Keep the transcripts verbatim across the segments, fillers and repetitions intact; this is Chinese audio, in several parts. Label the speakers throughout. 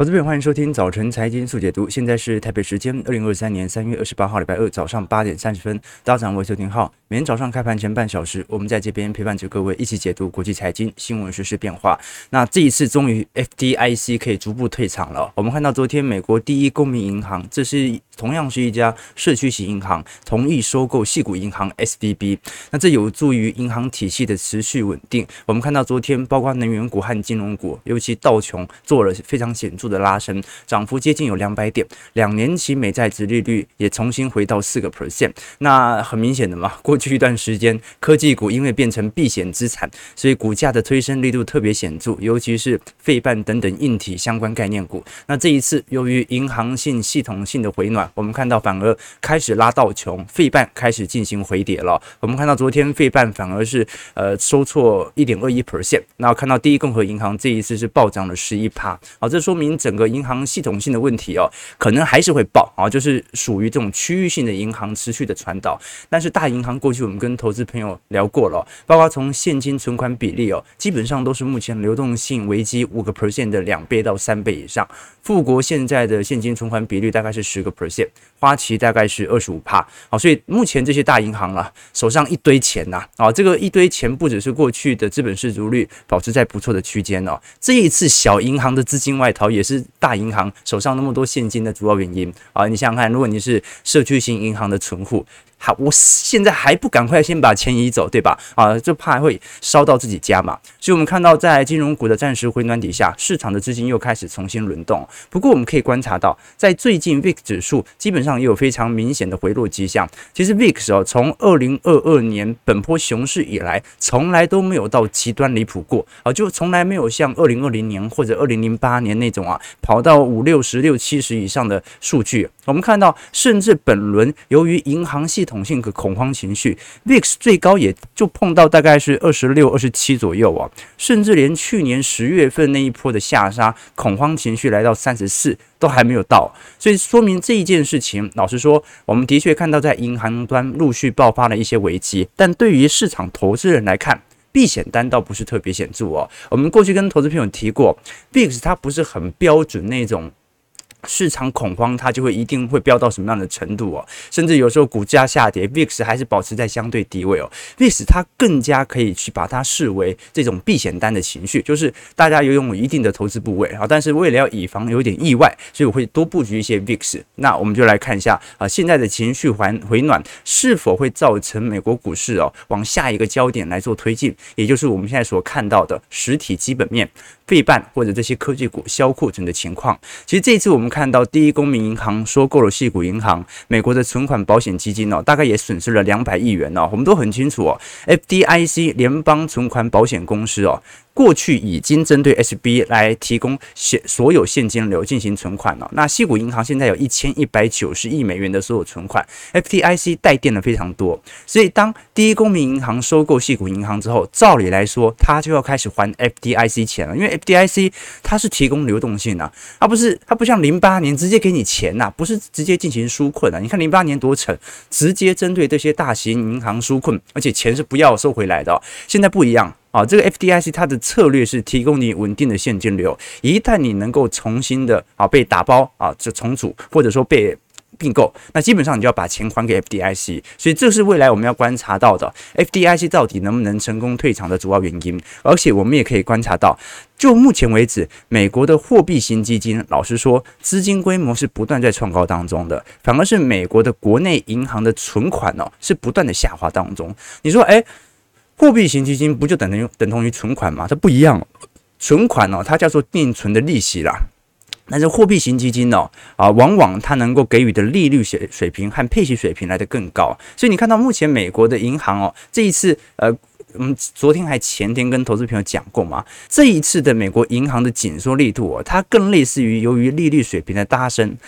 Speaker 1: 投资朋友，欢迎收听早晨财经速解读。现在是台北时间二零二三年三月二十八号礼拜二早上八点三十分，大家早上我是邱廷浩。每天早上开盘前半小时，我们在这边陪伴着各位一起解读国际财经新闻、时事变化。那这一次终于 F D I C 可以逐步退场了。我们看到昨天美国第一公民银行，这是同样是一家社区型银行，同意收购矽谷银行 S V B。那这有助于银行体系的持续稳定。我们看到昨天包括能源股和金融股，尤其道琼做了非常显著的拉升，涨幅接近有两百点，两年期美债殖利率也重新回到百分之四。那很明显的嘛，过去一段时间科技股因为变成避险资产，所以股价的推升力度特别显著，尤其是费半等等硬体相关概念股。那这一次由于银行性系统性的回暖，我们看到反而开始拉道琼，费半开始进行回跌了。我们看到昨天费半反而是呃收挫 百分之一点二一， 那看到第一共和银行这一次是暴涨了 百分之十一。 好，这说明整个银行系统性的问题哦，可能还是会爆啊，就是属于这种区域性的银行持续的传导。但是大银行过去我们跟投资朋友聊过了，包括从现金存款比例哦，基本上都是目前流动性危机 百分之五 的两倍到三倍以上。富国现在的现金存款比率大概是 百分之十， 花旗大概是 百分之二十五。 好，所以目前这些大银行啦，手上一堆钱呐，啊，这个一堆钱不只是过去的资本适足率保持在不错的区间哦，这一次小银行的资金外逃也是大银行手上那么多现金的主要原因啊。你想想看，如果你是社区型银行的存户，好，我现在还不赶快先把钱移走，对吧？啊，就怕会烧到自己家嘛。所以我们看到，在金融股的暂时回暖底下，市场的资金又开始重新轮动。不过我们可以观察到，在最近 V I X 指数基本上也有非常明显的回落迹象。其实 V I X 哦，从二零二二年本波熊市以来，从来都没有到极端离谱过啊，就从来没有像二零二零年或者二零零八年那种啊，跑到五六十、六七十以上的数据。我们看到，甚至本轮由于银行系统统性的恐慌情绪 ，V I X 最高也就碰到大概是二十六、二十七左右啊，甚至连去年十月份那一波的下杀，恐慌情绪来到三十四都还没有到，所以说明这一件事情，老实说，我们的确看到在银行端陆续爆发了一些危机，但对于市场投资人来看，避险单倒不是特别显著哦。我们过去跟投资朋友提过 ，V I X 它不是很标准那种。市场恐慌，它就会一定会飙到什么样的程度哦？甚至有时候股价下跌 ，V I X 还是保持在相对低位哦。V I X 它更加可以去把它视为这种避险单的情绪，就是大家有用一定的投资部位啊，但是为了要以防有点意外，所以我会多布局一些 V I X。那我们就来看一下啊，现在的情绪回回暖是否会造成美国股市哦往下一个焦点来做推进，也就是我们现在所看到的实体基本面。费半或者这些科技股销库存的情况，其实这一次我们看到第一公民银行收购了矽谷银行，美国的存款保险基金哦，大概也损失了两百亿元哦。我们都很清楚哦 ，F D I C 联邦存款保险公司哦。过去已经针对 S B 来提供所有现金流进行存款了。那矽谷银行现在有一千一百九十亿美元的所有存款 ，F D I C 带电的非常多，所以当第一公民银行收购矽谷银行之后，照理来说，它就要开始还 F D I C 钱了，因为 F D I C 它是提供流动性啊，它不是它不像零八年直接给你钱呐、啊，不是直接进行纾困啊。你看零八年多蠢，直接针对这些大型银行纾困，而且钱是不要收回来的、哦。现在不一样。啊，这个 F D I C 它的策略是提供你稳定的现金流，一旦你能够重新的啊被打包啊就重组，或者说被并购，那基本上你就要把钱还给 F D I C， 所以这是未来我们要观察到的 F D I C 到底能不能成功退场的主要原因。而且我们也可以观察到，就目前为止，美国的货币型基金，老实说，资金规模是不断在创高当中的，反而是美国的国内银行的存款哦是不断的下滑当中。你说，哎？货币型基金不就等于等同于存款吗？它不一样，存款哦，它叫做定存的利息啦。但是货币型基金哦，啊，往往它能够给予的利率水平和配息水平来得更高。所以你看到目前美国的银行哦，这一次呃。我们昨天还前天跟投资朋友讲过嘛，这一次的美国银行的紧缩力度哦，它更类似于由于利率水平的拉升。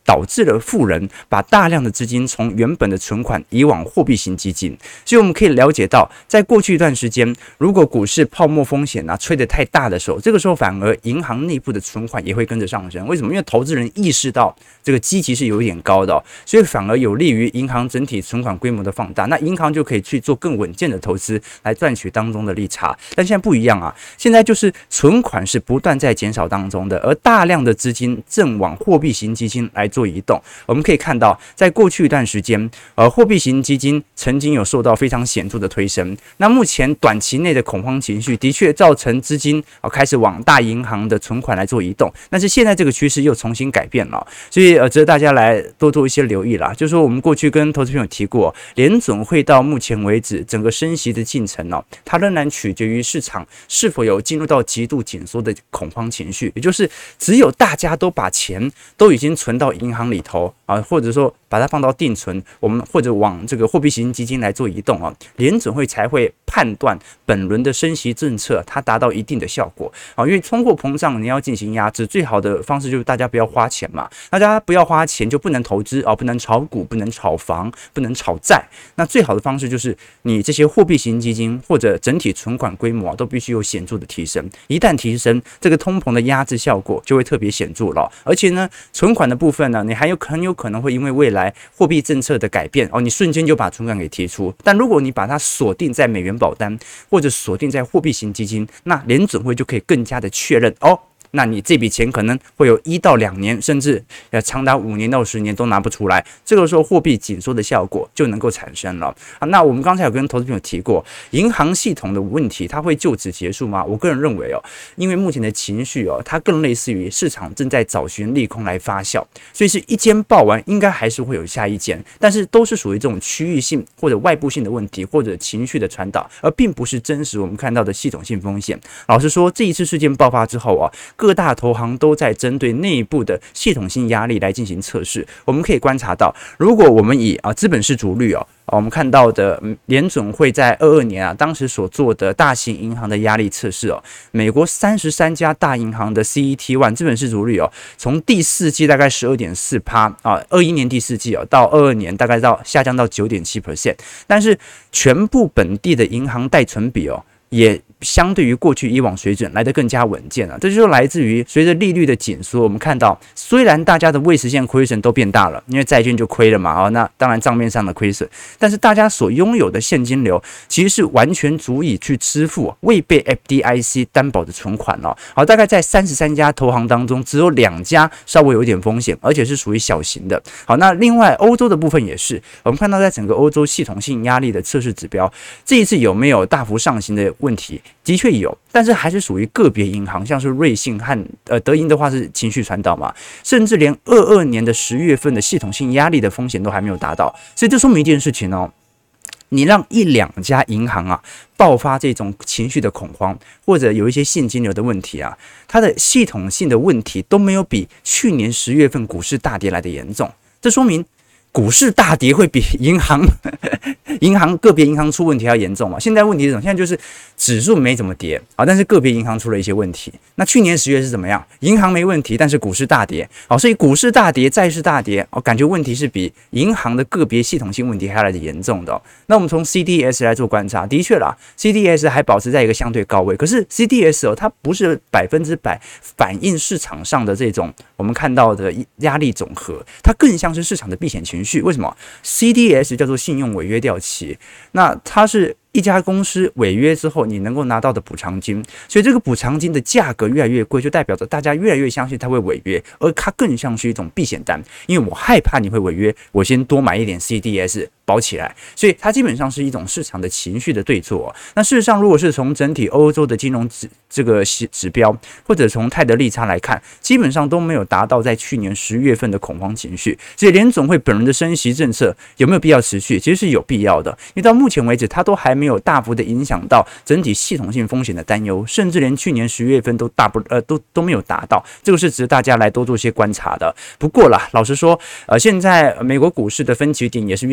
Speaker 1: 导致了富人把大量的资金从原本的存款移往货币型基金。所以我们可以了解到，在过去一段时间，如果股市泡沫风险啊吹得太大的时候，这个时候反而银行内部的存款也会跟着上升。为什么？因为投资人意识到这个基期是有一点高的、哦，所以反而有利于银行整体存款规模的放大。那银行就可以去做更稳健的投资，来赚取当中的利差。但现在不一样啊，现在就是存款是不断在减少当中的，而大量的资金正往货币型基金来做移动。我们可以看到，在过去一段时间，呃，货币型基金曾经有受到非常显著的推升。那目前短期内的恐慌情绪的确造成资金啊、呃、开始往大银行的存款来做移动，但是现在这个趋势又重新改变了，所以呃值得大家来多做一些留意啦。就是说，我们过去跟投资朋友提过，联准会到目前为止整个升息的进程哦，它仍然取决于市场是否有进入到极度紧缩的恐慌情绪，也就是只有大家都把钱都已经存到银行里头啊，或者说把它放到定存，我们或者往这个货币型基金来做移动啊，联准会才会判断本轮的升息政策它达到一定的效果啊，因为通货膨胀你要进行压制，最好的方式就是大家不要花钱嘛，大家不要花钱就不能投资啊，不能炒股，不能炒房，不能炒债，那最好的方式就是你这些货币型基金或者整体存款规模、啊、都必须有显著的提升，一旦提升，这个通膨的压制效果就会特别显著了，而且呢，存款的部分呢，你还有很有可能会因为未来货币政策的改变哦，你瞬间就把存款给提出，但如果你把它锁定在美元保单或者锁定在货币型基金，那联准会就可以更加的确认哦。那你这笔钱可能会有一到两年，甚至呃长达五年到十年都拿不出来，这个时候货币紧缩的效果就能够产生了啊。那我们刚才有跟投资朋友提过，银行系统的问题，它会就此结束吗？我个人认为哦，因为目前的情绪哦，它更类似于市场正在找寻利空来发酵，所以是一间爆完，应该还是会有下一间，但是都是属于这种区域性或者外部性的问题，或者情绪的传导，而并不是真实我们看到的系统性风险。老实说，这一次事件爆发之后啊，各大投行都在针对内部的系统性压力来进行测试。我们可以观察到，如果我们以啊资本市足率哦，我们看到的联准会在二二年啊当时所做的大型银行的压力测试哦，美国三十三家大银行的 C E T 一 资本市足率哦，从第四季大概 百分之十二点四 啊，二一年第四季哦到二二年大概到下降到 百分之九点七， 但是全部本地的银行贷存比哦，也相对于过去以往水准来得更加稳健了，这就是来自于随着利率的紧缩，我们看到虽然大家的未实现亏损都变大了，因为债券就亏了嘛，哦，那当然账面上的亏损，但是大家所拥有的现金流其实是完全足以去支付未被 F D I C 担保的存款哦。好，大概在三十三家投行当中，只有两家稍微有一点风险，而且是属于小型的。好，那另外欧洲的部分也是，我们看到在整个欧洲系统性压力的测试指标，这一次有没有大幅上行的问题？的确有，但是还是属于个别银行，像是瑞信和呃德银的话是情绪传导嘛，甚至连二二年的十月份的系统性压力的风险都还没有达到，所以这说明一件事情哦，你让一两家银行啊爆发这种情绪的恐慌，或者有一些现金流的问题啊，它的系统性的问题都没有比去年十月份股市大跌来的严重，这说明股市大跌会比银行银行个别银行出问题要严重嘛？现在问题是什么？现在就是指数没怎么跌啊，但是个别银行出了一些问题。那去年十月是怎么样？银行没问题，但是股市大跌啊，所以股市大跌，债市大跌，我感觉问题是比银行的个别系统性问题还来的严重的哦。那我们从 C D S 来做观察，的确啦 ，C D S 还保持在一个相对高位，可是 C D S 哦，它不是百分之百反映市场上的这种我们看到的压力总和，它更像是市场的避险情绪。为什么 ？C D S 叫做信用违约掉期，那它是一家公司违约之后你能够拿到的补偿金，所以这个补偿金的价格越来越贵，就代表着大家越来越相信它会违约，而它更像是一种避险单，因为我害怕你会违约，我先多买一点 C D S 保起来，所以它基本上是一种市场的情绪的对错。那事实上，如果是从整体欧洲的金融指这个指标，或者从泰德利差来看，基本上都没有达到在去年十月份的恐慌情绪。所以联总会本人的升息政策有没有必要持续？其实是有必要的，因为到目前为止，它都还没有大幅的影响到整体系统性风险的担忧，甚至连去年十月份都大不呃都都没有达到，这个是值得大家来多做些观察的。不过啦，老实说，呃，现在美国股市的分歧点也是越来越大。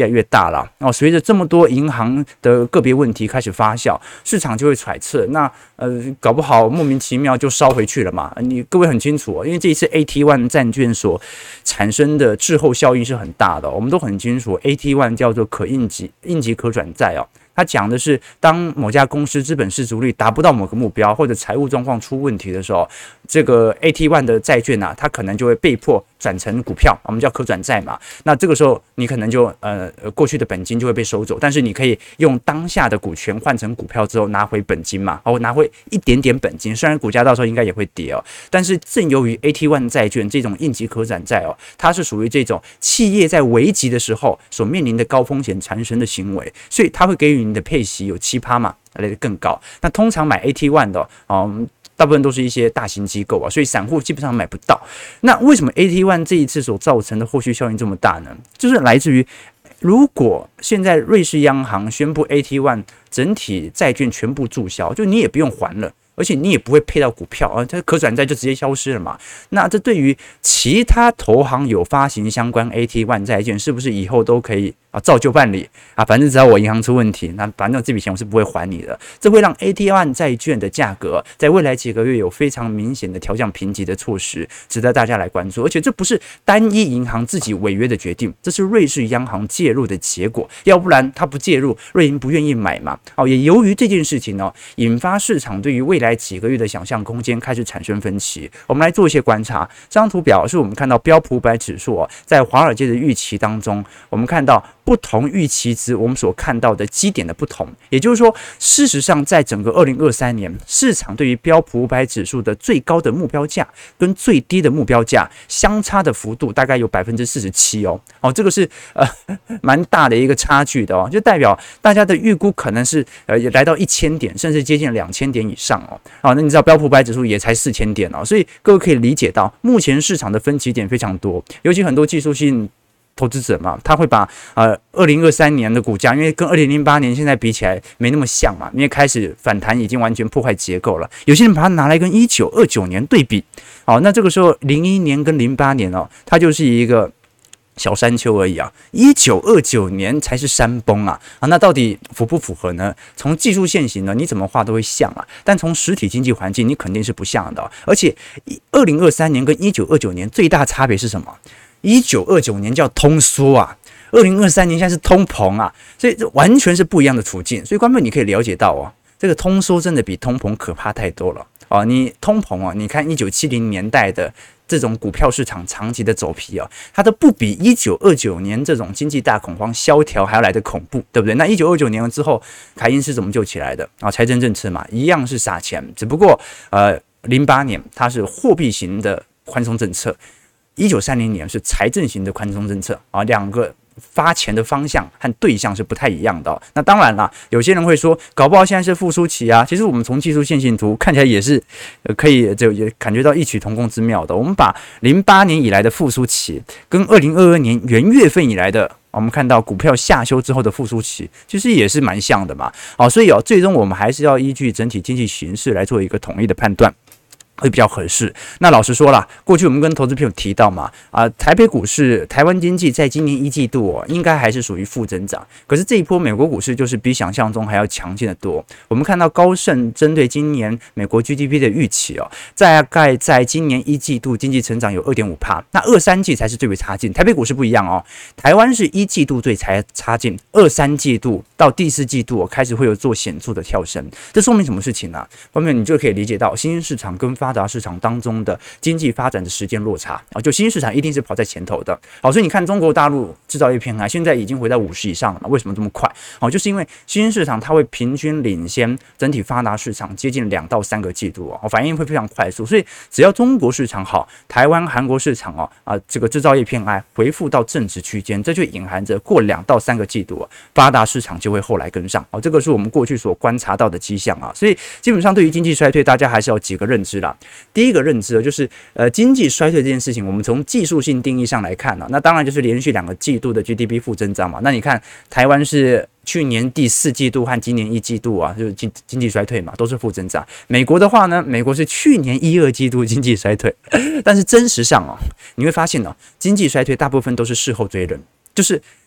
Speaker 1: 大了哦。随着这么多银行的个别问题开始发酵，市场就会揣测，那呃搞不好莫名其妙就烧回去了嘛。你各位很清楚、哦，因为这一次 A T 一 债券所产生的滞后效应是很大的、哦，我们都很清楚 ，A T 一 叫做可应急应急可转债哦。它讲的是，当某家公司资本市足率达不到某个目标，或者财务状况出问题的时候，这个 A T 一 的债券啊，它可能就会被迫转成股票，我们叫可转债嘛。那这个时候，你可能就呃过去的本金就会被收走，但是你可以用当下的股权换成股票之后拿回本金嘛，哦，拿回一点点本金。虽然股价到时候应该也会跌哦，但是正由于 A T 一 债券这种应急可转债哦，它是属于这种企业在危急的时候所面临的高风险产生的行为，所以它会给予你的配息有 百分之七 嘛，来得更高。那通常买 A T 一 的哦，大部分都是一些大型机构啊，所以散户基本上买不到。那为什么 A T 一 这一次所造成的后续效应这么大呢？就是来自于，如果现在瑞士央行宣布 A T 一 整体债券全部注销，就你也不用还了。而且你也不会配到股票啊，它可转债就直接消失了嘛。那这对于其他投行有发行相关 A T 一 债券，是不是以后都可以啊照旧办理啊？反正只要我银行出问题，那反正这笔钱我是不会还你的。这会让 A T 一 债券的价格在未来几个月有非常明显的调降评级的措施，值得大家来关注。而且这不是单一银行自己违约的决定，这是瑞士央行介入的结果。要不然他不介入，瑞银不愿意买嘛。哦，也由于这件事情呢、哦，引发市场对于未来来几个月的想象空间开始产生分歧。我们来做一些观察。这张图表是我们看到标普五百指数、哦、在华尔街的预期当中，我们看到不同预期值，我们所看到的基点的不同。也就是说，事实上，在整个二零二三年，市场对于标普五百指数的最高的目标价跟最低的目标价相差的幅度大概有百分之四十七哦。哦，这个是呃蛮大的一个差距的哦，就代表大家的预估可能是呃来到一千点，甚至接近两千点以上哦。好，那你知道标普五百指数也才四千点哦，所以各位可以理解到，目前市场的分歧点非常多，尤其很多技术性投资者嘛，他会把呃二零二三年的股价，因为跟二零零八年现在比起来没那么像嘛，因为开始反弹已经完全破坏结构了。有些人把它拿来跟一九二九年对比，好，那这个时候零一年跟零八年哦，它就是一个小山丘而已啊，一九二九年才是山崩啊！啊，那到底符不符合呢？从技术线型呢，你怎么画都会像啊，但从实体经济环境，你肯定是不像的、哦。而且，二零二三年跟一九二九年最大差别是什么？一九二九年叫通缩啊，二零二三年现在是通膨啊，所以这完全是不一样的处境。所以，观众你可以了解到哦，这个通缩真的比通膨可怕太多了哦。你通膨啊，你看一九七零年代的这种股票市场长期的走皮啊，它都不比一九二九年这种经济大恐慌萧条还要来的恐怖，对不对？那一九二九年之后，凯因斯怎么救起来的啊？财政政策嘛，一样是撒钱，只不过呃，零八年它是货币型的宽松政策，一九三零年是财政型的宽松政策啊，两个发钱的方向和对象是不太一样的、哦。那当然啦，有些人会说，搞不好现在是复苏期啊。其实我们从技术线性图看起来也是，呃，可以就也感觉到异曲同工之妙的。我们把零八年以来的复苏期跟二零二二年元月份以来的，我们看到股票下修之后的复苏期，其实也是蛮像的嘛。好，所以哦，最终我们还是要依据整体经济形势来做一个统一的判断，会比较合适。那老实说啦，过去我们跟投资朋友提到嘛，啊、呃，台北股市、台湾经济在今年一季度哦，应该还是属于负增长。可是这一波美国股市就是比想象中还要强劲的多。我们看到高盛针对今年美国 G D P 的预期哦，大概在今年一季度经济成长有 百分之二点五， 那二三季才是最为差劲。台北股市不一样哦，台湾是一季度最才差劲，二三季度到第四季度、哦、开始会有做显著的跳升。这说明什么事情呢、啊？方面你就可以理解到新兴市场跟发达市场当中的经济发展的时间落差啊，就新兴市场一定是跑在前头的。好，所以你看中国大陆制造业偏爱现在已经回到五十以上了嘛？为什么这么快？好，就是因为新兴市场它会平均领先整体发达市场接近两到三个季度哦，反应会非常快速。所以只要中国市场好，台湾、韩国市场哦啊，这个制造业偏爱回复到正值区间，这就隐含着过两到三个季度、哦，发达市场就会后来跟上。哦，这个是我们过去所观察到的迹象啊。所以基本上对于经济衰退，大家还是要几个认知啦。第一个认知就是，呃，经济衰退这件事情，我们从技术性定义上来看呢、啊，那当然就是连续两个季度的 G D P 负增长嘛。那你看台湾是去年第四季度和今年一季度啊，就是经经济衰退嘛，都是负增长。美国的话呢，美国是去年一二季度经济衰退，但是真实上哦，你会发现哦，经济衰退大部分都是事后追人，就是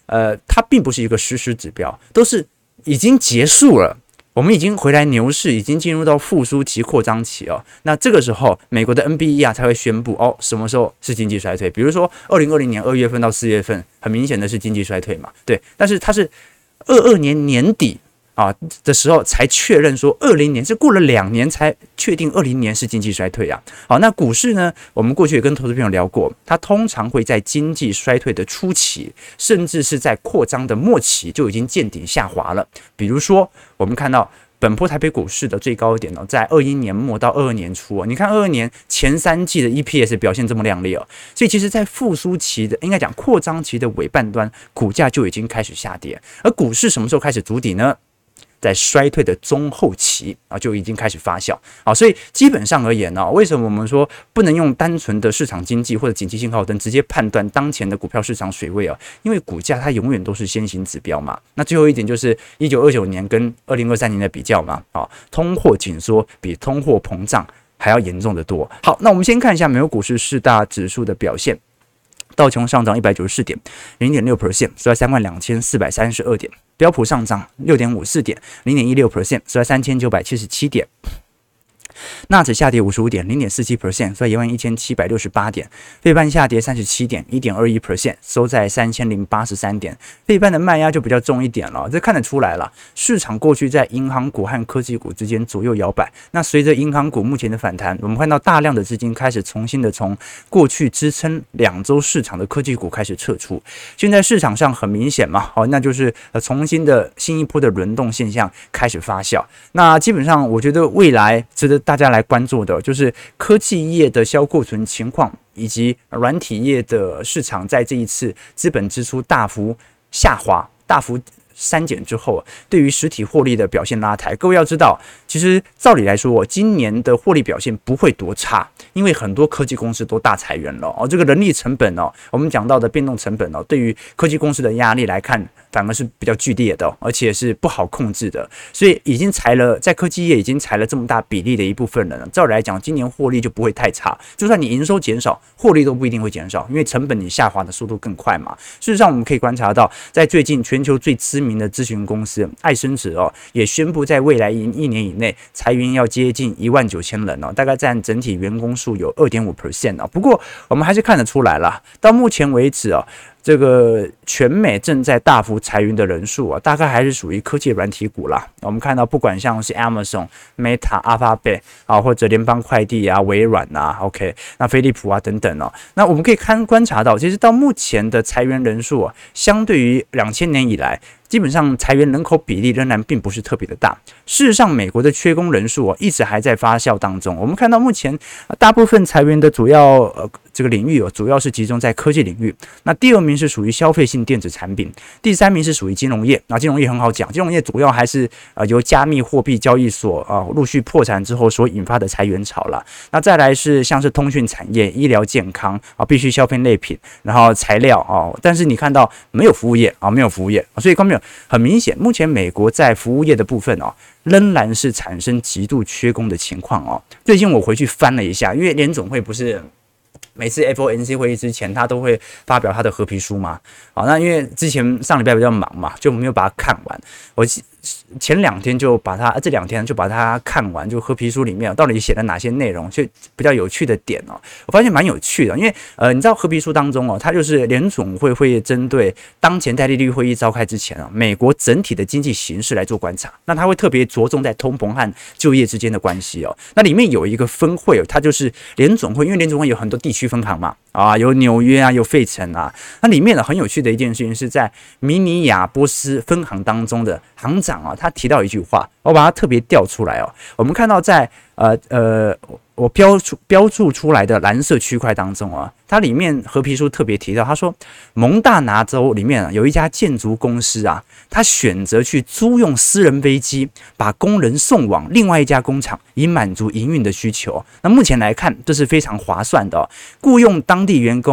Speaker 1: 呃，它并不是一个实时指标，都是已经结束了。我们已经回来牛市，已经进入到复苏期、扩张期哦。那这个时候，美国的 N B E 啊才会宣布哦，什么时候是经济衰退？比如说，二零二零年二月份到四月份，很明显的是经济衰退嘛，对。但是它是二二年年底啊的时候才确认说，二零年是过了两年才确定二零年是经济衰退啊。好，那股市呢？我们过去也跟投资朋友聊过，它通常会在经济衰退的初期，甚至是在扩张的末期就已经见顶下滑了。比如说，我们看到本波台北股市的最高点哦，在二一年末到二二年初哦，你看二二年前三季的 E P S 表现这么亮丽哦，所以其实，在复苏期的，应该讲扩张期的尾半端，股价就已经开始下跌。而股市什么时候开始筑底呢？在衰退的中后期啊，就已经开始发酵啊，所以基本上而言呢、啊，为什么我们说不能用单纯的市场经济或者景气信号灯直接判断当前的股票市场水位啊？因为股价它永远都是先行指标嘛。那最后一点就是一九二九年跟二零二三年的比较嘛，啊，通货紧缩比通货膨胀还要严重的多。好，那我们先看一下美国股市四大指数的表现。道琼上涨一百九十四点 ，零点六 percent， 收在三万两千四百三十二点。标普上涨六点五四点 ，零点一六 percent， 收在三千九百七十七点。纳指下跌五十五点 ，零点四七 percent， 收在一万一千七百六十八点。费半下跌三十七点 ，一点二一 percent， 收在三千零八十三点。费半的卖压就比较重一点了，这看得出来了。市场过去在银行股和科技股之间左右摇摆，那随着银行股目前的反弹，我们看到大量的资金开始重新的从过去支撑两周市场的科技股开始撤出。现在市场上很明显嘛，好，那就是呃重新的新一波的轮动现象开始发酵。那基本上我觉得未来值得大家来关注的就是科技业的销库存情况，以及软体业的市场在这一次资本支出大幅下滑、大幅删减之后，对于实体获利的表现拉抬。各位要知道，其实照理来说，今年的获利表现不会多差，因为很多科技公司都大裁员了哦。这个人力成本哦，我们讲到的变动成本哦，对于科技公司的压力来看，反而是比较剧烈的，而且是不好控制的。所以已经裁了，在科技业已经裁了这么大比例的一部分人了。照理来讲，今年获利就不会太差，就算你营收减少，获利都不一定会减少，因为成本你下滑的速度更快嘛。事实上，我们可以观察到，在最近全球最知名的咨询公司艾森哲哦，也宣布在未来一一年以内裁员要接近一万九千人哦，大概占整体员工数有 百分之二点五 哦。不过我们还是看得出来了，到目前为止哦，这个全美正在大幅裁员的人数啊，大概还是属于科技软体股啦。我们看到，不管像是 Amazon、Meta、Alphabet 啊，或者联邦快递啊、微软啊 ，OK， 那飞利浦啊等等哦，那我们可以看观察到，其实到目前的裁员人数啊，相对于两千年以来，基本上裁员人口比例仍然并不是特别的大。事实上，美国的缺工人数啊，一直还在发酵当中。我们看到目前大部分裁员的主要呃这个领域哦，主要是集中在科技领域。那第二名是属于消费性电子产品，第三名是属于金融业。那金融业很好讲，金融业主要还是呃由加密货币交易所啊、呃、陆续破产之后所引发的裁员潮了。那再来是像是通讯产业、医疗健康啊、必须消费类品，然后材料啊、但是你看到没有服务业啊，没有服务业，所以观众朋友很明显，目前美国在服务业的部分哦，仍然是产生极度缺工的情况哦。最近我回去翻了一下，因为联总会不是每次 F O M C 会议之前，他都会发表他的合皮书嘛。好，那因为之前上礼拜比较忙嘛，就没有把它看完。我前两天就把它，这两天就把它看完，就合皮书里面到底写了哪些内容，就比较有趣的点哦。我发现蛮有趣的，因为呃，你知道合皮书当中哦，它就是联总会会针对当前代利率会议召开之前啊，美国整体的经济形势来做观察。那它会特别着重在通膨和就业之间的关系哦。那里面有一个分会，它就是联总会，因为联总会有很多地区分行嘛，啊，有纽约啊，有费城啊。那里面呢很有趣的一件事情是在明尼亚波斯分行当中的行长啊，他提到一句话，我把它特别调出来哦。我们看到在呃呃，我标出标注出来的蓝色区块当中啊，它里面合皮书特别提到，他说蒙大拿州里面啊有一家建筑公司啊，他选择去租用私人飞机，把工人送往另外一家工厂，以满足营运的需求。那目前来看，这是非常划算的哦，雇用当地员工。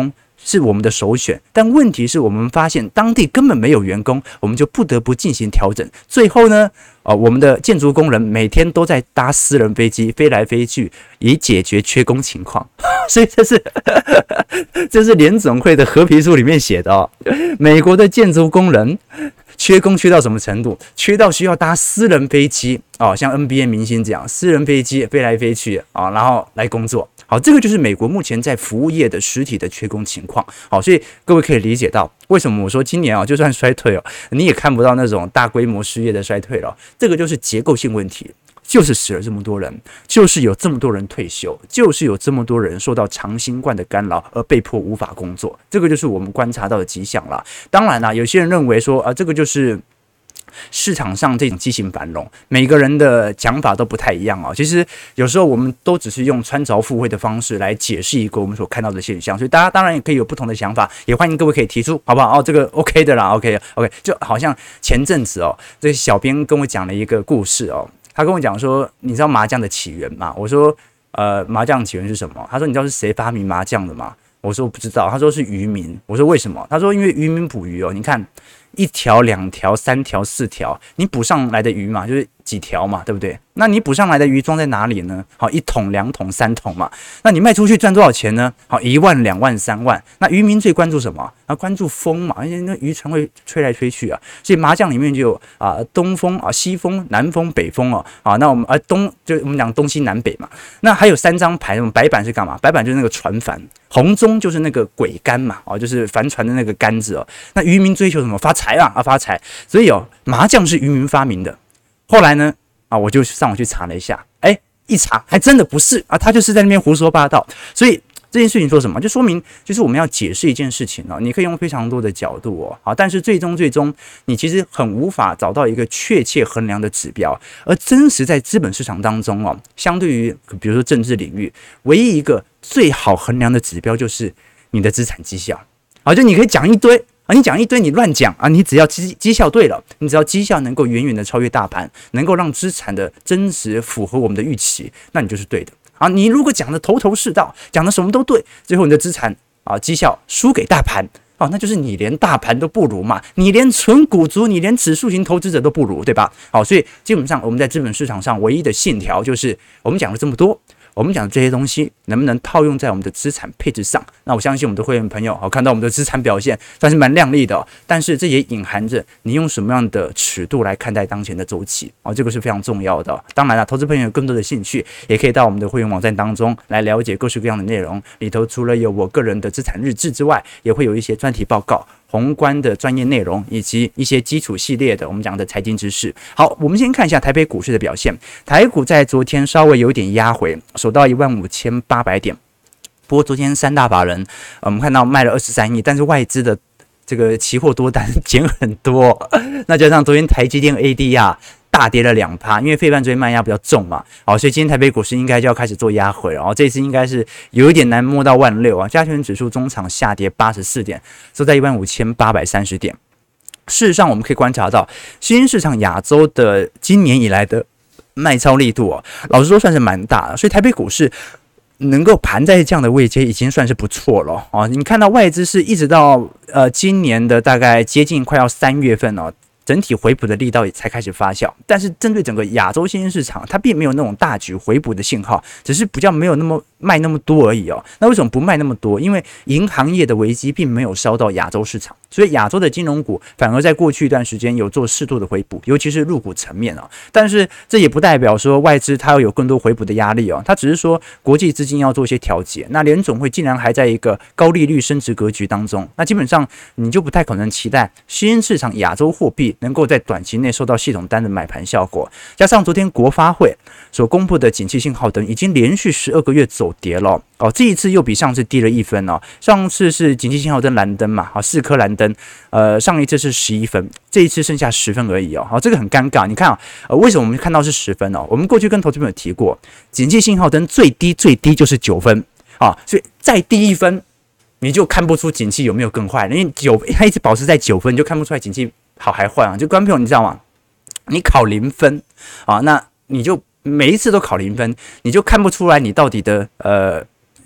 Speaker 1: 是我们的首选，但问题是我们发现当地根本没有员工，我们就不得不进行调整。最后呢，哦，我们的建筑工人每天都在搭私人飞机飞来飞去，以解决缺工情况。所以这是这是联总会的合皮书里面写的哦。美国的建筑工人缺工缺到什么程度？缺到需要搭私人飞机哦，像 N B A 明星这样，私人飞机飞来飞去啊、哦，然后来工作。好，这个就是美国目前在服务业的实体的缺工情况。好，所以各位可以理解到为什么我说今年啊，就算衰退哦，你也看不到那种大规模失业的衰退了。这个就是结构性问题，就是死了这么多人，就是有这么多人退休，就是有这么多人受到长新冠的干扰而被迫无法工作。这个就是我们观察到的迹象啦。当然啦，有些人认为说啊，这个就是市场上这种畸形繁荣，每个人的讲法都不太一样啊。其实有时候我们都只是用穿凿附会的方式来解释一个我们所看到的现象，所以大家当然也可以有不同的想法，也欢迎各位可以提出，好不好？哦，这个 OK 的啦 ，OK OK， 就好像前阵子哦，这个小编跟我讲了一个故事哦，他跟我讲说，你知道麻将的起源吗？我说，呃，麻将起源是什么？他说，你知道是谁发明麻将的吗？我说我不知道。他说是渔民。我说为什么？他说因为渔民捕鱼哦，你看。一条、两条、三条、四条，你捕上来的鱼嘛，就是几条嘛，对不对？那你捕上来的鱼装在哪里呢？好，一桶、两桶、三桶嘛。那你卖出去赚多少钱呢？好，一万、两万、三万。那渔民最关注什么？啊，关注风嘛，因为那渔船会吹来吹去啊。所以麻将里面就有啊东风啊、西风、南风、北风哦。啊，那我们啊东就我们讲东西南北嘛。那还有三张牌，白板是干嘛？白板就是那个船帆，红中就是那个桅杆嘛，哦，就是帆船的那个杆子哦。那渔民追求什么？发财啊啊发财。所以哦，麻将是渔民发明的。后来呢？啊，我就上网去查了一下，哎，一查还真的不是啊，他就是在那边胡说八道。所以这件事情说什么？就说明就是我们要解释一件事情哦，你可以用非常多的角度哦，好，但是最终最终你其实很无法找到一个确切衡量的指标，而真实在资本市场当中哦，相对于比如说政治领域，唯一一个最好衡量的指标就是你的资产绩效，好，就你可以讲一堆。啊，你讲一堆，你乱讲啊！你只要绩绩效对了，你只要绩效能够远远的超越大盘，能够让资产的增值符合我们的预期，那你就是对的。啊，你如果讲的头头是道，讲的什么都对，最后你的资产啊绩效输给大盘，哦，那就是你连大盘都不如嘛，你连纯股族，你连指数型投资者都不如，对吧？好，所以基本上我们在资本市场上唯一的信条就是我们讲了这么多。我们讲的这些东西能不能套用在我们的资产配置上？那我相信我们的会员朋友，好，看到我们的资产表现算是蛮亮丽的、哦，但是这也隐含着你用什么样的尺度来看待当前的周期，哦，这个是非常重要的、哦。当然了，投资朋友有更多的兴趣，也可以到我们的会员网站当中来了解各式各样的内容。里头除了有我个人的资产日志之外，也会有一些专题报告。宏观的专业内容以及一些基础系列的我们讲的财经知识。好，我们先看一下台北股市的表现。台股在昨天稍微有点压回，守到一万五千八百点。不过昨天三大法人，呃、我们看到卖了二十三亿，但是外资的这个期货多单减很多。那加上昨天台积电 A D R。大跌了 百分之二， 因为费半昨天卖压比较重嘛，好，所以今天台北股市应该就要开始做压回了，然后这次应该是有一点难摸到万六啊。加权指数中场下跌八十四点，收在一万五千八百三十点。事实上，我们可以观察到新兴市场亚洲的今年以来的卖超力度哦，老实说算是蛮大的，所以台北股市能够盘在这样的位阶已经算是不错了哦。你看到外资是一直到呃今年的大概接近快要三月份哦。整体回补的力道也才开始发酵，但是针对整个亚洲新兴市场，它并没有那种大举回补的信号，只是比较没有那么卖那么多而已哦。那为什么不卖那么多？因为银行业的危机并没有烧到亚洲市场，所以亚洲的金融股反而在过去一段时间有做适度的回补，尤其是入股层面哦。但是这也不代表说外资它要有更多回补的压力哦，它只是说国际资金要做一些调节。那联总会竟然还在一个高利率升值格局当中，那基本上你就不太可能期待新兴市场亚洲货币能够在短期内受到系统单的买盘效果，加上昨天国发会所公布的景气信号灯已经连续十二个月走跌了哦，这一次又比上次低了一分哦。上次是景气信号灯蓝灯嘛，好，四颗蓝灯，呃，上一次是十一分，这一次剩下十分而已哦，好，这个很尴尬。你看啊，呃，为什么我们看到是十分哦？我们过去跟投资朋友提过，景气信号灯最低最低就是九分啊，所以再低一分，你就看不出景气有没有更坏，因为九它一直保持在九分，你就看不出来景气好还坏啊。就观众朋友，你知道吗？你考零分啊，那你就每一次都考零分，你就看不出来你到底的呃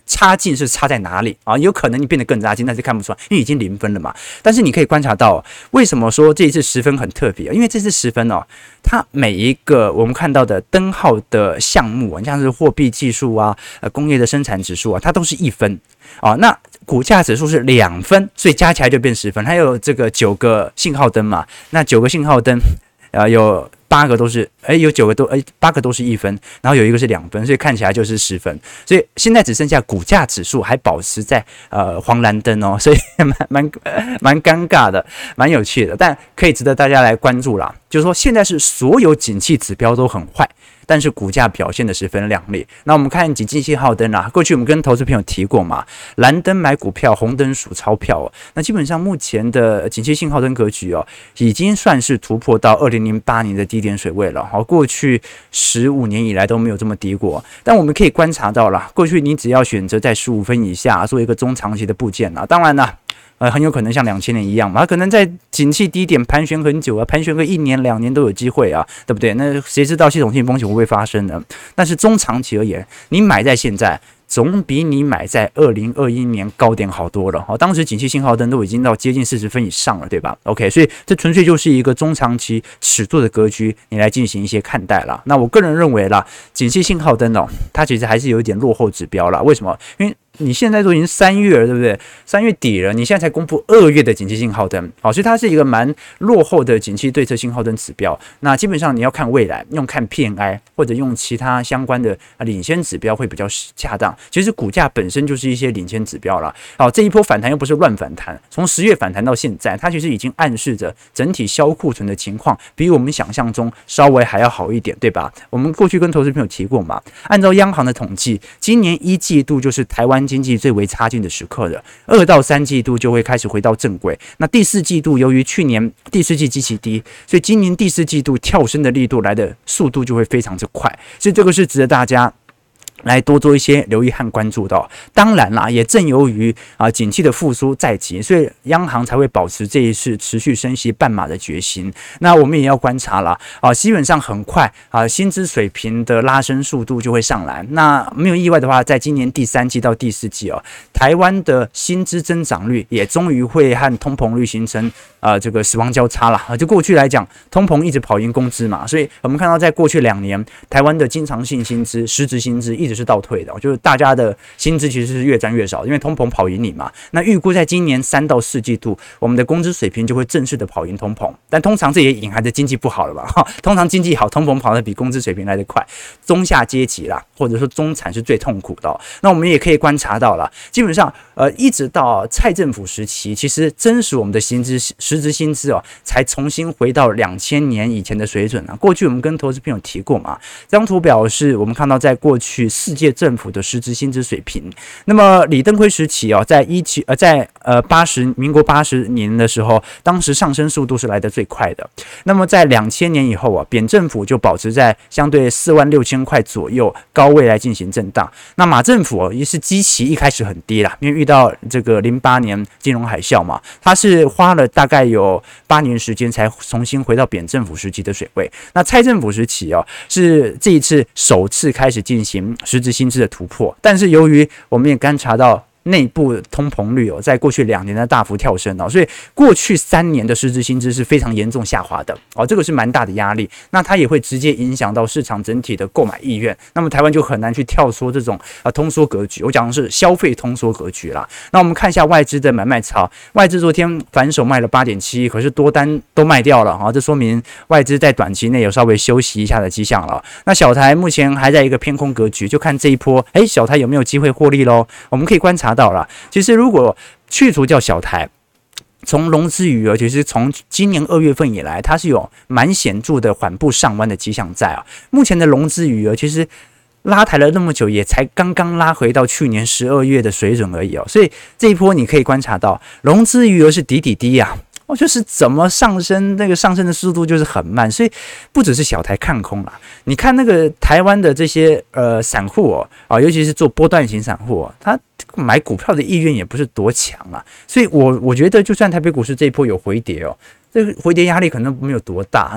Speaker 1: 差劲是差在哪里啊？有可能你变得更差劲，但是看不出来，因为已经零分了嘛。但是你可以观察到，为什么说这一次十分很特别？因为这次十分哦，它每一个我们看到的灯号的项目，像是货币技术啊、呃工业的生产指数啊，它都是一分啊。那股价指数是两分，所以加起来就变十分。还有这个九个信号灯嘛，那九个信号灯，呃，有八个都是，哎，有九个都，哎，八个都是一分，然后有一个是两分，所以看起来就是十分。所以现在只剩下股价指数还保持在呃黄蓝灯哦，所以蛮蛮蛮尴尬的，蛮有趣的，但可以值得大家来关注啦。就是说，现在是所有景气指标都很坏，但是股价表现的十分亮丽。那我们看景气信号灯啊，过去我们跟投资朋友提过嘛，蓝灯买股票，红灯数钞票哦。那基本上目前的景气信号灯格局哦，已经算是突破到二零零八年的低点水位了。好，过去十五年以来都没有这么低过。但我们可以观察到啦，过去你只要选择在十五分以下做一个中长期的部件啊，当然啦。呃，很有可能像两千年一样嘛，它可能在景气低点盘旋很久啊，盘旋个一年两年都有机会啊，对不对？那谁知道系统性风险会不会发生呢？但是中长期而言，你买在现在，总比你买在二零二一年高点好多了。好，当时景气信号灯都已经到接近四十分以上了，对吧 ？OK， 所以这纯粹就是一个中长期尺度的格局，你来进行一些看待啦。那我个人认为啦，景气信号灯哦，它其实还是有一点落后指标啦。为什么？因为你现在都已经三月了，对不对？三月底了，你现在才公布二月的景气信号灯，好，所以它是一个蛮落后的景气对策信号灯指标。那基本上你要看未来，用看 P M I 或者用其他相关的领先指标会比较恰当。其实股价本身就是一些领先指标了。好，这一波反弹又不是乱反弹，从十月反弹到现在，它其实已经暗示着整体销库存的情况比我们想象中稍微还要好一点，对吧？我们过去跟投资朋友提过嘛，按照央行的统计，今年一季度就是台湾经济最为差劲的时刻了，二到三季度就会开始回到正轨。那第四季度由于去年第四季基期低，所以今年第四季度跳升的力度来的速度就会非常之快，所以这个是值得大家来多做一些留意和关注的、哦。当然啦，也正由于啊景气的复苏在即，所以央行才会保持这一次持续升息半码的决心。那我们也要观察啦，啊，基本上很快啊，薪资水平的拉升速度就会上来。那没有意外的话，在今年第三季到第四季哦，台湾的薪资增长率也终于会和通膨率形成啊这个死亡交叉了啊。就过去来讲，通膨一直跑赢工资嘛，所以我们看到在过去两年，台湾的经常性薪资、实质薪资一直是倒退的，就是大家的薪资其实是越占越少，因为通膨跑赢你嘛。那预估在今年三到四季度，我们的工资水平就会正式的跑赢通膨。但通常这也隐含着经济不好了吧？通常经济好，通膨跑得比工资水平来得快，中下阶级啦，或者说中产是最痛苦的、哦。那我们也可以观察到了，基本上呃一直到蔡政府时期，其实真实我们的薪资实质薪资哦，才重新回到两千年以前的水准啊。过去我们跟投资朋友提过嘛，这张图表是我们看到在过去世界政府的实质薪资水平。那么李登辉时期哦，在一七呃在呃八十民国八十年的时候，当时上升速度是来得最快的。那么在两千年以后啊，扁政府就保持在相对四万六千块左右高位来进行震荡。那马政府哦，也是基期一开始很低啦，因为遇到这个零八年金融海啸嘛，它是花了大概有八年时间才重新回到扁政府时期的水位。那蔡政府时期哦，是这一次首次开始进行实质薪资的突破，但是由于我们也观察到内部通膨率哦，在过去两年的大幅跳升哦，所以过去三年的实质薪资是非常严重下滑的哦，这个是蛮大的压力。那它也会直接影响到市场整体的购买意愿。那么台湾就很难去跳出这种啊通缩格局，我讲的是消费通缩格局啦。那我们看一下外资的买卖潮，外资昨天反手卖了 八点七， 可是多单都卖掉了啊，这说明外资在短期内有稍微休息一下的迹象了。那小台目前还在一个偏空格局，就看这一波，哎，小台有没有机会获利咯？我们可以观察到了，其实如果去除掉小台，从融资余额，其实从今年二月份以来，它是有蛮显著的缓步上弯的迹象在啊。目前的融资余额其实拉抬了那么久，也才刚刚拉回到去年十二月的水准而已哦。所以这一波你可以观察到，融资余额是底底低啊。哦，就是怎么上升，那个上升的速度就是很慢，所以不只是小台看空啦。你看那个台湾的这些呃散户哦，啊，尤其是做波段型散户哦，他买股票的意愿也不是多强啊。所以我我觉得，就算台北股市这一波有回跌哦，这个回跌压力可能没有多大，因为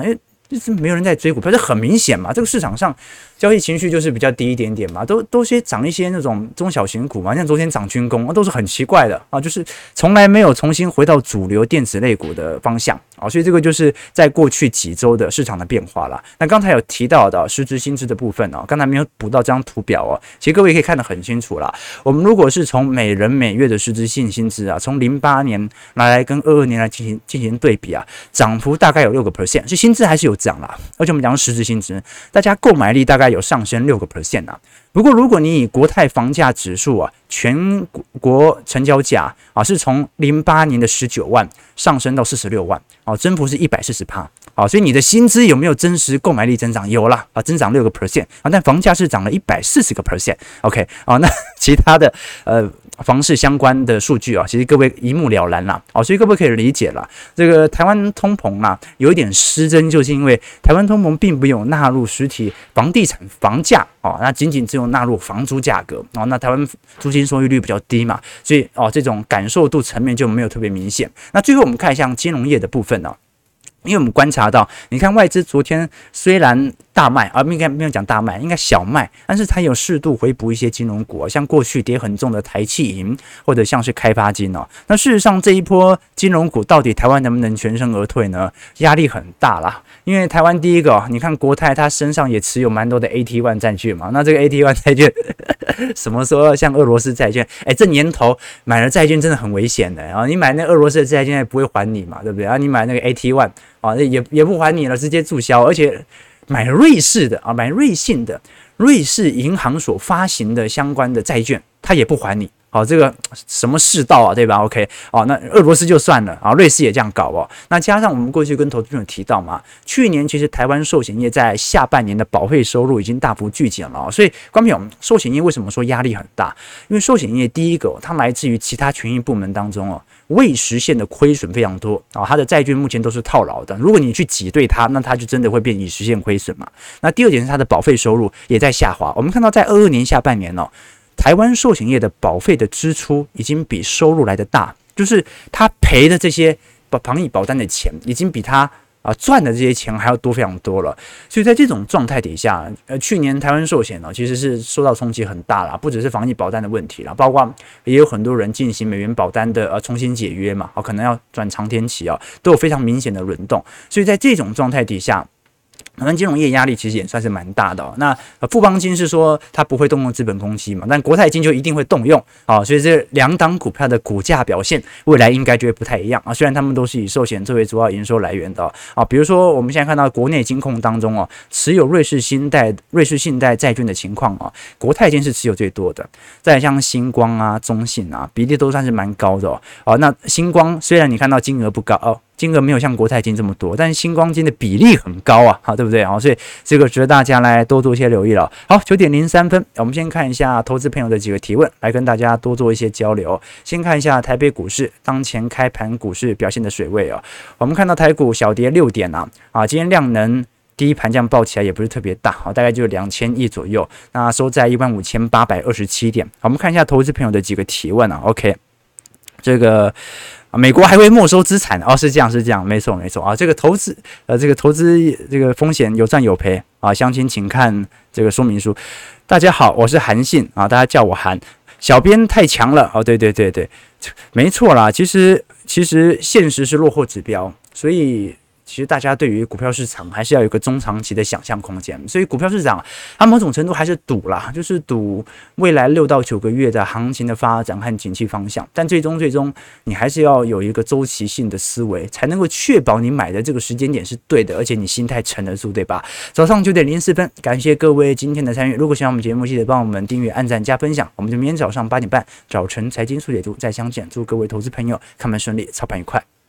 Speaker 1: 就是没有人在追股票，这很明显嘛。这个市场上交易情绪就是比较低一点点嘛，都都先涨一些那种中小型股嘛，像昨天涨军工，都是很奇怪的啊，就是从来没有重新回到主流电子类股的方向啊，所以这个就是在过去几周的市场的变化啦。那刚才有提到的实质薪资的部分哦，刚才没有补到这张图表哦，其实各位可以看得很清楚啦。我们如果是从每人每月的实质性薪资啊，从零八年拿来跟二二年来进行进行对比啊，涨幅大概有六个 percent， 所以薪资还是有涨啦。而且我们讲实质薪资，大家购买力大概有上升六个 percent 啊。不过，如果你以国泰房价指数啊，全国成交价啊，是从零八年的十九万上升到四十六万，啊，增幅是一百四十趴，啊，所以你的薪资有没有真实购买力增长？有啦，啊，增长六个 percent 啊，但房价是涨了一百四十个 percent，OK， 啊，那其他的呃房市相关的数据啊，其实各位一目了然啦，啊，所以各位可以理解啦，这个台湾通膨啊有一点失真，就是因为台湾通膨并没有纳入实体房地产房价。哦，那仅仅只有纳入房租价格哦，那台湾租金收益率比较低嘛，所以哦这种感受度层面就没有特别明显。那最后我们看一下金融业的部分呢、哦，因为我们观察到，你看外资昨天虽然大卖啊，应该没有讲大卖，应该小卖，但是它有适度回补一些金融股、哦，像过去跌很重的台企银或者像是开发金哦。那事实上这一波金融股到底台湾能不能全身而退呢？压力很大啦。因为台湾第一个、哦，你看国泰它身上也持有蛮多的 A T 一 债券嘛，那这个 A T 一 债券什么时候像俄罗斯债券？哎，这年头买了债券真的很危险的啊！你买那俄罗斯的债券也不会还你嘛，对不对啊？你买那个 A T 一 啊，也也不还你了，直接注销，而且买瑞士的啊，买瑞信的瑞士银行所发行的相关的债券，它也不还你。好，这个什么世道啊，对吧 ？OK， 哦，那俄罗斯就算了啊，瑞士也这样搞哦。那加上我们过去跟投资朋友提到嘛，去年其实台湾寿险业在下半年的保费收入已经大幅剧减了、哦，所以观众朋友，寿险业为什么说压力很大？因为寿险业第一个、哦，它来自于其他权益部门当中哦，未实现的亏损非常多啊、哦，它的债券目前都是套牢的。如果你去挤兑它，那它就真的会变已实现亏损嘛。那第二点是它的保费收入也在下滑。我们看到在二二年下半年哦。台湾寿险业的保费的支出已经比收入来的大，就是他赔的这些防疫保单的钱，已经比他啊赚的这些钱还要多非常多了。所以在这种状态底下，呃，去年台湾寿险呢其实是受到冲击很大啦，不只是防疫保单的问题啦，包括也有很多人进行美元保单的呃重新解约嘛，啊，可能要转长天期啊，都有非常明显的轮动。所以在这种状态底下。台湾金融业压力其实也算是蛮大的、哦。那富邦金是说它不会动用资本公积嘛，但国泰金就一定会动用啊、哦，所以这两档股票的股价表现未来应该就会不太一样啊。虽然他们都是以寿险作为主要营收来源的啊、哦，比如说我们现在看到国内金控当中哦，持有瑞士信贷、瑞士信贷债券的情况啊、哦，国泰金是持有最多的，再来像星光啊、中信啊，比例都算是蛮高的哦。哦，那星光虽然你看到金额不高哦。金额没有像国泰金这么多，但是星光金的比例很高啊，好，对不对？好，所以这个值得大家来多做一些留意了。好，九点零三分，我们先看一下投资朋友的几个提问，来跟大家多做一些交流。先看一下台北股市当前开盘股市表现的水位啊，我们看到台股小跌六点啊，啊，今天量能第一盘这样爆起来也不是特别大，好，大概就两千亿左右，那收在一万五千八百二十七点。好，我们看一下投资朋友的几个提问啊 ，OK， 这个。啊，美国还会没收资产哦，是这样，是这样，没错，没错啊。这个投资，呃，这个投资这个风险有赚有赔啊。详情请看这个说明书。大家好，我是韩信啊，大家叫我韩。小编太强了哦，对对对对，没错啦。其实其实现实是落后指标，所以。其实大家对于股票市场还是要有一个中长期的想象空间，所以股票市场它某种程度还是赌啦，就是赌未来六到九个月的行情的发展和景气方向。但最终最终你还是要有一个周期性的思维，才能够确保你买的这个时间点是对的，而且你心态沉得住，对吧？早上九点零四分，感谢各位今天的参与。如果喜欢我们节目，记得帮我们订阅、按赞、加分享。我们就明天早上八点半早晨财经速解读再相见。祝各位投资朋友看盘顺利，操盘愉快。